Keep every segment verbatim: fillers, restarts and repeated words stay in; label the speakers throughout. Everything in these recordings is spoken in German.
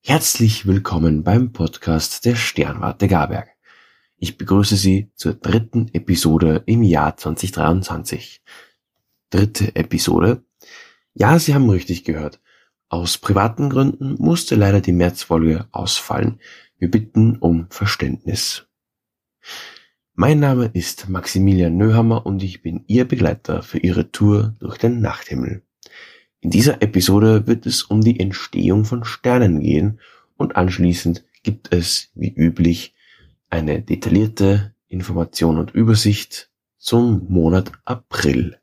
Speaker 1: Herzlich willkommen beim Podcast der Sternwarte Garberg. Ich begrüße Sie zur dritten Episode im Jahr zwanzig dreiundzwanzig. Dritte Episode? Ja, Sie haben richtig gehört. Aus privaten Gründen musste leider die Märzfolge ausfallen. Wir bitten um Verständnis. Mein Name ist Maximilian Nöhammer und ich bin Ihr Begleiter für Ihre Tour durch den Nachthimmel. In dieser Episode wird es um die Entstehung von Sternen gehen und anschließend gibt es, wie üblich, eine detaillierte Information und Übersicht zum Monat April.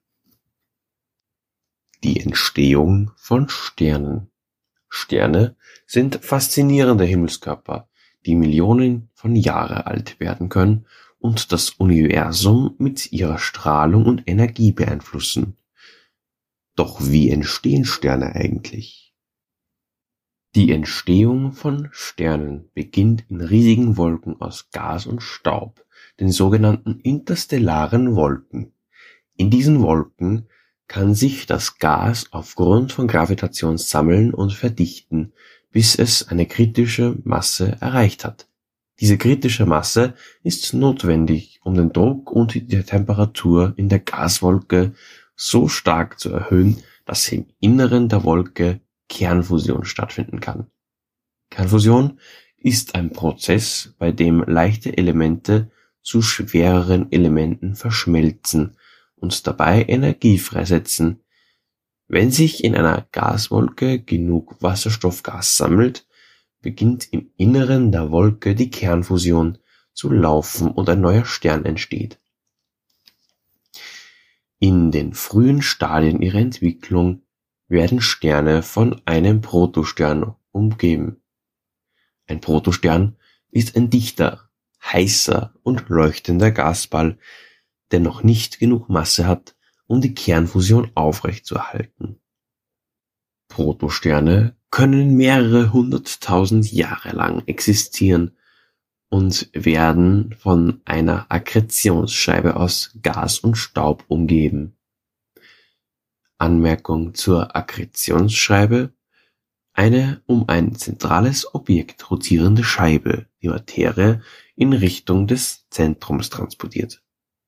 Speaker 1: Die Entstehung von Sternen. Sterne sind faszinierende Himmelskörper, die Millionen von Jahren alt werden können und das Universum mit ihrer Strahlung und Energie beeinflussen. Doch wie entstehen Sterne eigentlich? Die Entstehung von Sternen beginnt in riesigen Wolken aus Gas und Staub, den sogenannten interstellaren Wolken. In diesen Wolken kann sich das Gas aufgrund von Gravitation sammeln und verdichten, bis es eine kritische Masse erreicht hat. Diese kritische Masse ist notwendig, um den Druck und die Temperatur in der Gaswolke so stark zu erhöhen, dass im Inneren der Wolke Kernfusion stattfinden kann. Kernfusion ist ein Prozess, bei dem leichte Elemente zu schwereren Elementen verschmelzen und dabei Energie freisetzen. Wenn sich in einer Gaswolke genug Wasserstoffgas sammelt, beginnt im Inneren der Wolke die Kernfusion zu laufen und ein neuer Stern entsteht. In den frühen Stadien ihrer Entwicklung werden Sterne von einem Protostern umgeben. Ein Protostern ist ein dichter, heißer und leuchtender Gasball, der noch nicht genug Masse hat, um die Kernfusion aufrechtzuerhalten. Protosterne können mehrere hunderttausend Jahre lang existieren und werden von einer Akkretionsscheibe aus Gas und Staub umgeben. Anmerkung zur Akkretionsscheibe: Eine um ein zentrales Objekt rotierende Scheibe, die Materie in Richtung des Zentrums transportiert,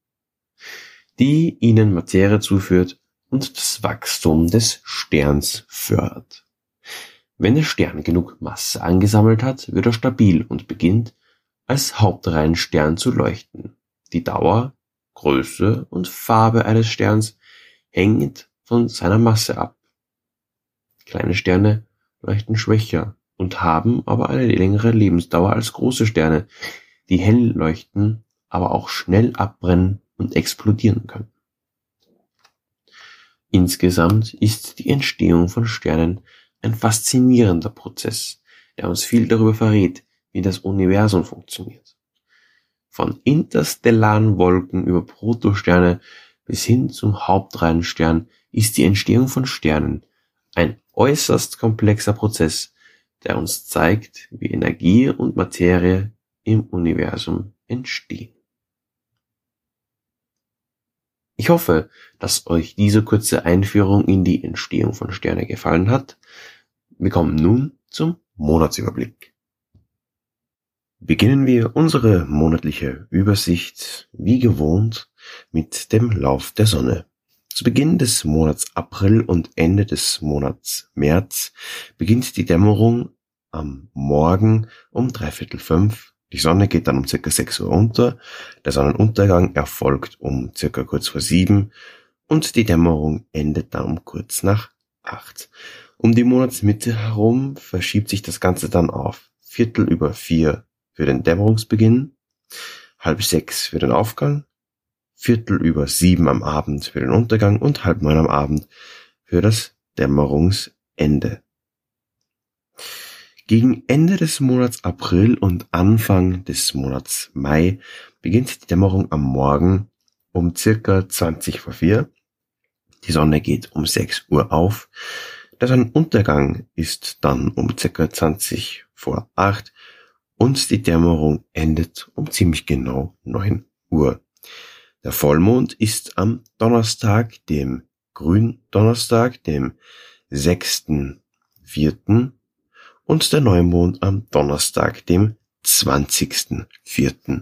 Speaker 1: die ihnen Materie zuführt und das Wachstum des Sterns fördert. Wenn der Stern genug Masse angesammelt hat, wird er stabil und beginnt als Hauptreihenstern zu leuchten. Die Dauer, Größe und Farbe eines Sterns hängt von seiner Masse ab. Kleine Sterne leuchten schwächer und haben aber eine längere Lebensdauer als große Sterne, die hell leuchten, aber auch schnell abbrennen und explodieren können. Insgesamt ist die Entstehung von Sternen ein faszinierender Prozess, der uns viel darüber verrät, wie das Universum funktioniert. Von interstellaren Wolken über Protosterne bis hin zum Hauptreihenstern ist die Entstehung von Sternen ein äußerst komplexer Prozess, der uns zeigt, wie Energie und Materie im Universum entstehen. Ich hoffe, dass euch diese kurze Einführung in die Entstehung von Sternen gefallen hat. Wir kommen nun zum Monatsüberblick. Beginnen wir unsere monatliche Übersicht wie gewohnt mit dem Lauf der Sonne. Zu Beginn des Monats April und Ende des Monats März beginnt die Dämmerung am Morgen um dreiviertel fünf. Die Sonne geht dann um circa sechs Uhr unter, der Sonnenuntergang erfolgt um circa kurz vor sieben und die Dämmerung endet dann um kurz nach acht. Um die Monatsmitte herum verschiebt sich das Ganze dann auf Viertel über vier für den Dämmerungsbeginn, halb sechs für den Aufgang, Viertel über sieben am Abend für den Untergang und halb neun am Abend für das Dämmerungsende. Gegen Ende des Monats April und Anfang des Monats Mai beginnt die Dämmerung am Morgen um circa zwanzig vor vier. Die Sonne geht um sechs Uhr auf. Der Sonnenuntergang ist dann um circa zwanzig vor acht und die Dämmerung endet um ziemlich genau neun Uhr. Der Vollmond ist am Donnerstag, dem Gründonnerstag, dem sechsten vierten und der Neumond am Donnerstag, dem zwanzigsten vierten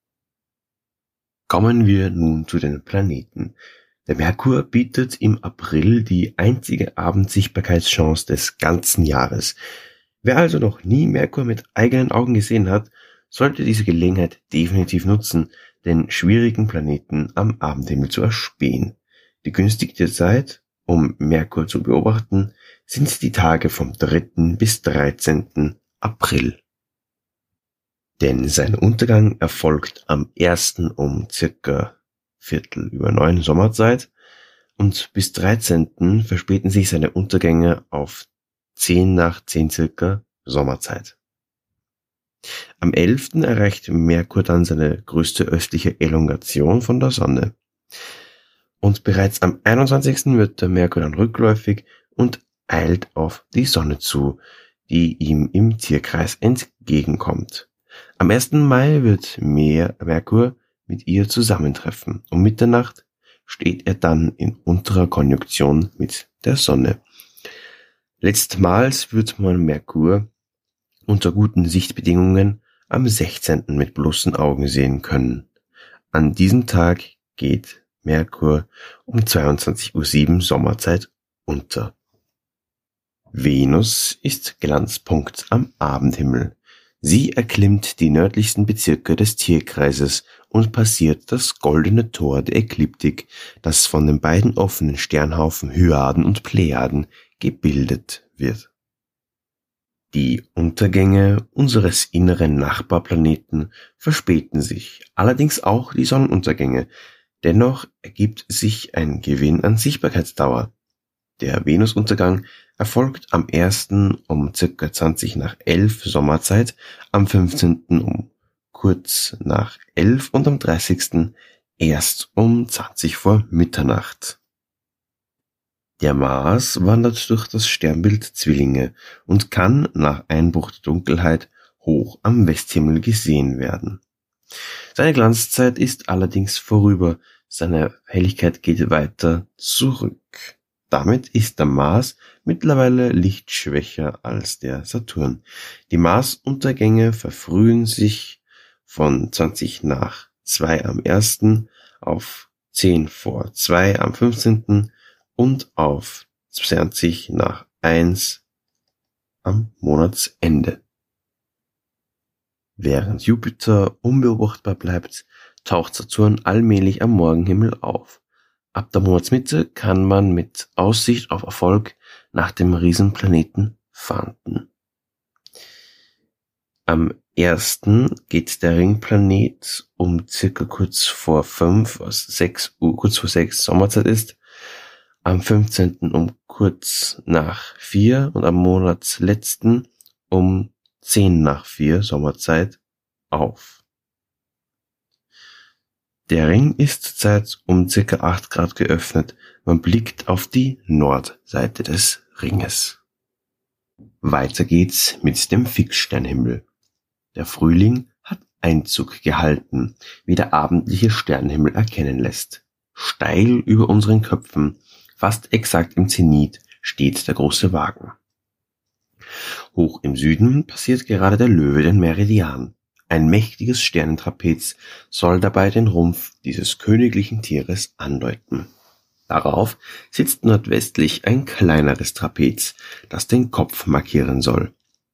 Speaker 1: Kommen wir nun zu den Planeten. Der Merkur bietet im April die einzige Abendsichtbarkeitschance des ganzen Jahres. Wer also noch nie Merkur mit eigenen Augen gesehen hat, sollte diese Gelegenheit definitiv nutzen, den schwierigen Planeten am Abendhimmel zu erspähen. Die günstigste Zeit, um Merkur zu beobachten, sind die Tage vom dritten bis dreizehnten April. Denn sein Untergang erfolgt am ersten um circa Viertel über neun Sommerzeit und bis dreizehnten verspäten sich seine Untergänge auf zehn nach zehn circa Sommerzeit. Am elften erreicht Merkur dann seine größte östliche Elongation von der Sonne. Und bereits am einundzwanzigsten wird der Merkur dann rückläufig und eilt auf die Sonne zu, die ihm im Tierkreis entgegenkommt. Am ersten Mai wird Merkur mit ihr zusammentreffen. Um Mitternacht steht er dann in unterer Konjunktion mit der Sonne. Letztmals wird man Merkur unter guten Sichtbedingungen am sechzehnten mit bloßen Augen sehen können. An diesem Tag geht Merkur um zweiundzwanzig Uhr sieben Sommerzeit unter. Venus ist Glanzpunkt am Abendhimmel. Sie erklimmt die nördlichsten Bezirke des Tierkreises und passiert das goldene Tor der Ekliptik, das von den beiden offenen Sternhaufen Hyaden und Plejaden gebildet wird. Die Untergänge unseres inneren Nachbarplaneten verspäten sich, allerdings auch die Sonnenuntergänge. Dennoch ergibt sich ein Gewinn an Sichtbarkeitsdauer. Der Venusuntergang erfolgt am ersten um circa zwanzig nach elf Sommerzeit, am fünfzehnten um kurz nach elf und am dreißigsten erst um zwanzig vor Mitternacht. Der Mars wandert durch das Sternbild Zwillinge und kann nach Einbruch der Dunkelheit hoch am Westhimmel gesehen werden. Seine Glanzzeit ist allerdings vorüber, seine Helligkeit geht weiter zurück. Damit ist der Mars mittlerweile lichtschwächer als der Saturn. Die Marsuntergänge verfrühen sich von zwanzig nach zwei am ersten auf zehn vor zwei am fünfzehnten und auf zwanzig nach eins am Monatsende. Während Jupiter unbeobachtbar bleibt, taucht Saturn allmählich am Morgenhimmel auf. Ab der Monatsmitte kann man mit Aussicht auf Erfolg nach dem Riesenplaneten fahnden. Am ersten geht der Ringplanet um circa kurz vor fünf, was sechs Uhr, kurz vor sechs Sommerzeit ist, am fünfzehnten um kurz nach vier und am Monatsletzten um zehn nach vier Sommerzeit auf. Der Ring ist zurzeit um circa acht Grad geöffnet. Man blickt auf die Nordseite des Ringes. Weiter geht's mit dem Fixsternhimmel. Der Frühling hat Einzug gehalten, wie der abendliche Sternenhimmel erkennen lässt. Steil über unseren Köpfen, fast exakt im Zenit, steht der große Wagen. Hoch im Süden passiert gerade der Löwe den Meridian. Ein mächtiges Sternentrapez soll dabei den Rumpf dieses königlichen Tieres andeuten. Darauf sitzt nordwestlich ein kleineres Trapez, das den Kopf markieren soll.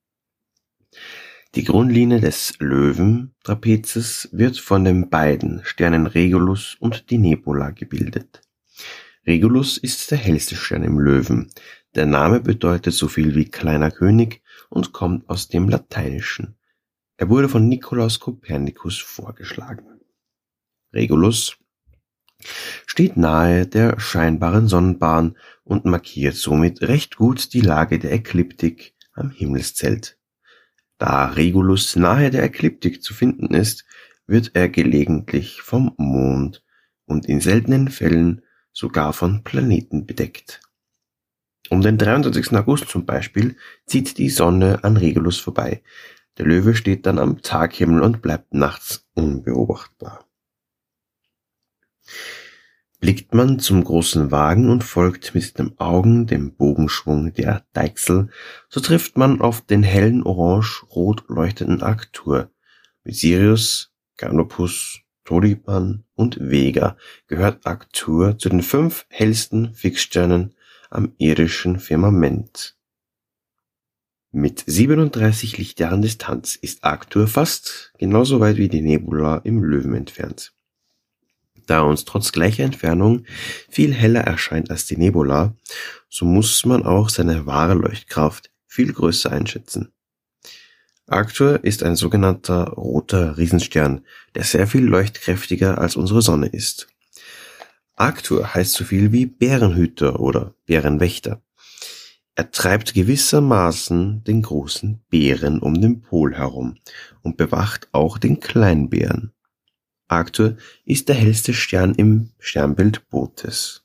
Speaker 1: Die Grundlinie des Löwentrapezes wird von den beiden Sternen Regulus und die Nebula gebildet. Regulus ist der hellste Stern im Löwen. Der Name bedeutet so viel wie kleiner König und kommt aus dem Lateinischen. Er wurde von Nikolaus Kopernikus vorgeschlagen. Regulus steht nahe der scheinbaren Sonnenbahn und markiert somit recht gut die Lage der Ekliptik am Himmelszelt. Da Regulus nahe der Ekliptik zu finden ist, wird er gelegentlich vom Mond und in seltenen Fällen sogar von Planeten bedeckt. Um den dreiundzwanzigsten August zum Beispiel zieht die Sonne an Regulus vorbei. Der Löwe steht dann am Taghimmel und bleibt nachts unbeobachtbar. Blickt man zum großen Wagen und folgt mit den Augen dem Bogenschwung der Deichsel, so trifft man auf den hellen orange-rot leuchtenden Arctur. Mit Sirius, Canopus, Todipan und Vega gehört Arctur zu den fünf hellsten Fixsternen am irdischen Firmament. Mit siebenunddreißig Lichtjahren Distanz ist Arctur fast genauso weit wie die Nebula im Löwen entfernt. Da er uns trotz gleicher Entfernung viel heller erscheint als die Nebula, so muss man auch seine wahre Leuchtkraft viel größer einschätzen. Arctur ist ein sogenannter roter Riesenstern, der sehr viel leuchtkräftiger als unsere Sonne ist. Arctur heißt so viel wie Bärenhüter oder Bärenwächter. Er treibt gewissermaßen den großen Bären um den Pol herum und bewacht auch den Kleinbären. Arctur ist der hellste Stern im Sternbild Bootes.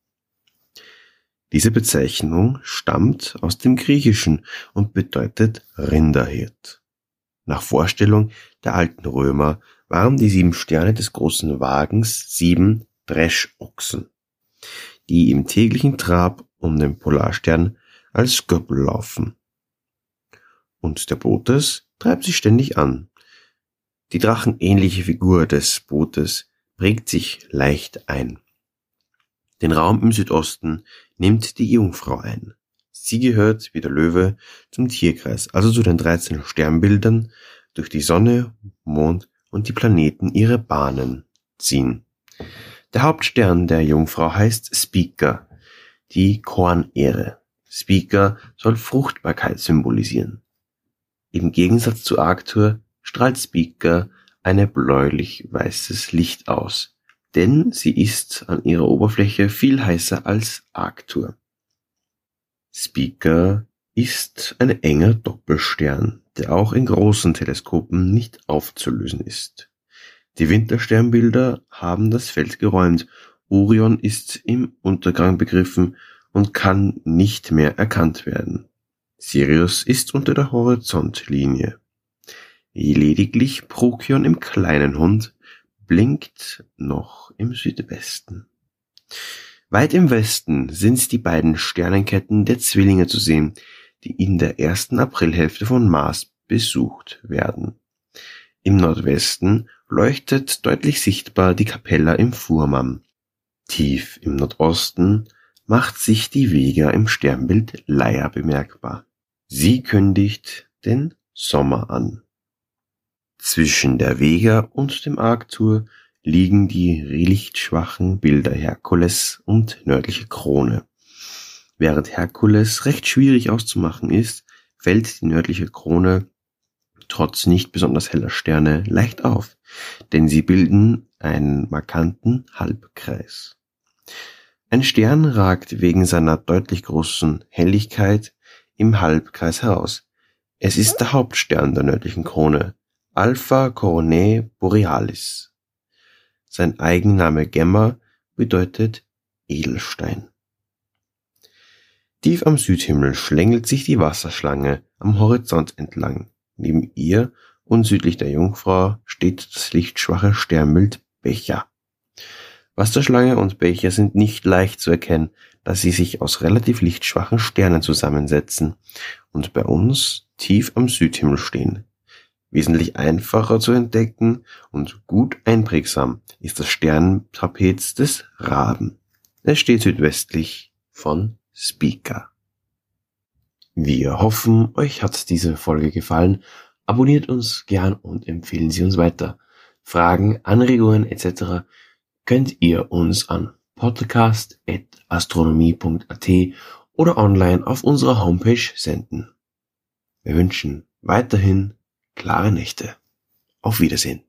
Speaker 1: Diese Bezeichnung stammt aus dem Griechischen und bedeutet Rinderhirt. Nach Vorstellung der alten Römer waren die sieben Sterne des großen Wagens sieben Dreschochsen, die im täglichen Trab um den Polarstern als Göppel laufen. Und der Bootes treibt sich ständig an. Die drachenähnliche Figur des Bootes prägt sich leicht ein. Den Raum im Südosten nimmt die Jungfrau ein. Sie gehört, wie der Löwe, zum Tierkreis, also zu den dreizehn Sternbildern, durch die Sonne, Mond und die Planeten ihre Bahnen ziehen. Der Hauptstern der Jungfrau heißt Spica, die Kornähre. Spica soll Fruchtbarkeit symbolisieren. Im Gegensatz zu Arctur strahlt Spica ein bläulich-weißes Licht aus, denn sie ist an ihrer Oberfläche viel heißer als Arctur. Spica ist ein enger Doppelstern, der auch in großen Teleskopen nicht aufzulösen ist. Die Wintersternbilder haben das Feld geräumt. Orion ist im Untergang begriffen und kann nicht mehr erkannt werden. Sirius ist unter der Horizontlinie. Lediglich Procyon im kleinen Hund blinkt noch im Südwesten. Weit im Westen sind die beiden Sternenketten der Zwillinge zu sehen, die in der ersten Aprilhälfte von Mars besucht werden. Im Nordwesten leuchtet deutlich sichtbar die Capella im Fuhrmann. Tief im Nordosten macht sich die Vega im Sternbild Leier bemerkbar. Sie kündigt den Sommer an. Zwischen der Vega und dem Arctur liegen die lichtschwachen Bilder Herkules und nördliche Krone. Während Herkules recht schwierig auszumachen ist, fällt die nördliche Krone trotz nicht besonders heller Sterne leicht auf, denn sie bilden einen markanten Halbkreis. Ein Stern ragt wegen seiner deutlich großen Helligkeit im Halbkreis heraus. Es ist der Hauptstern der nördlichen Krone, Alpha Coronae Borealis. Sein Eigenname Gemma bedeutet Edelstein. Tief am Südhimmel schlängelt sich die Wasserschlange am Horizont entlang. Neben ihr und südlich der Jungfrau steht das lichtschwache Sternbild Becher. Wasserschlange und Becher sind nicht leicht zu erkennen, da sie sich aus relativ lichtschwachen Sternen zusammensetzen und bei uns tief am Südhimmel stehen. Wesentlich einfacher zu entdecken und gut einprägsam ist das Sterntrapez des Raben. Es steht südwestlich von Spica. Wir hoffen, euch hat diese Folge gefallen. Abonniert uns gern und empfehlen Sie uns weiter. Fragen, Anregungen et cetera könnt ihr uns an podcast at astronomie punkt a t oder online auf unserer Homepage senden. Wir wünschen weiterhin klare Nächte. Auf Wiedersehen.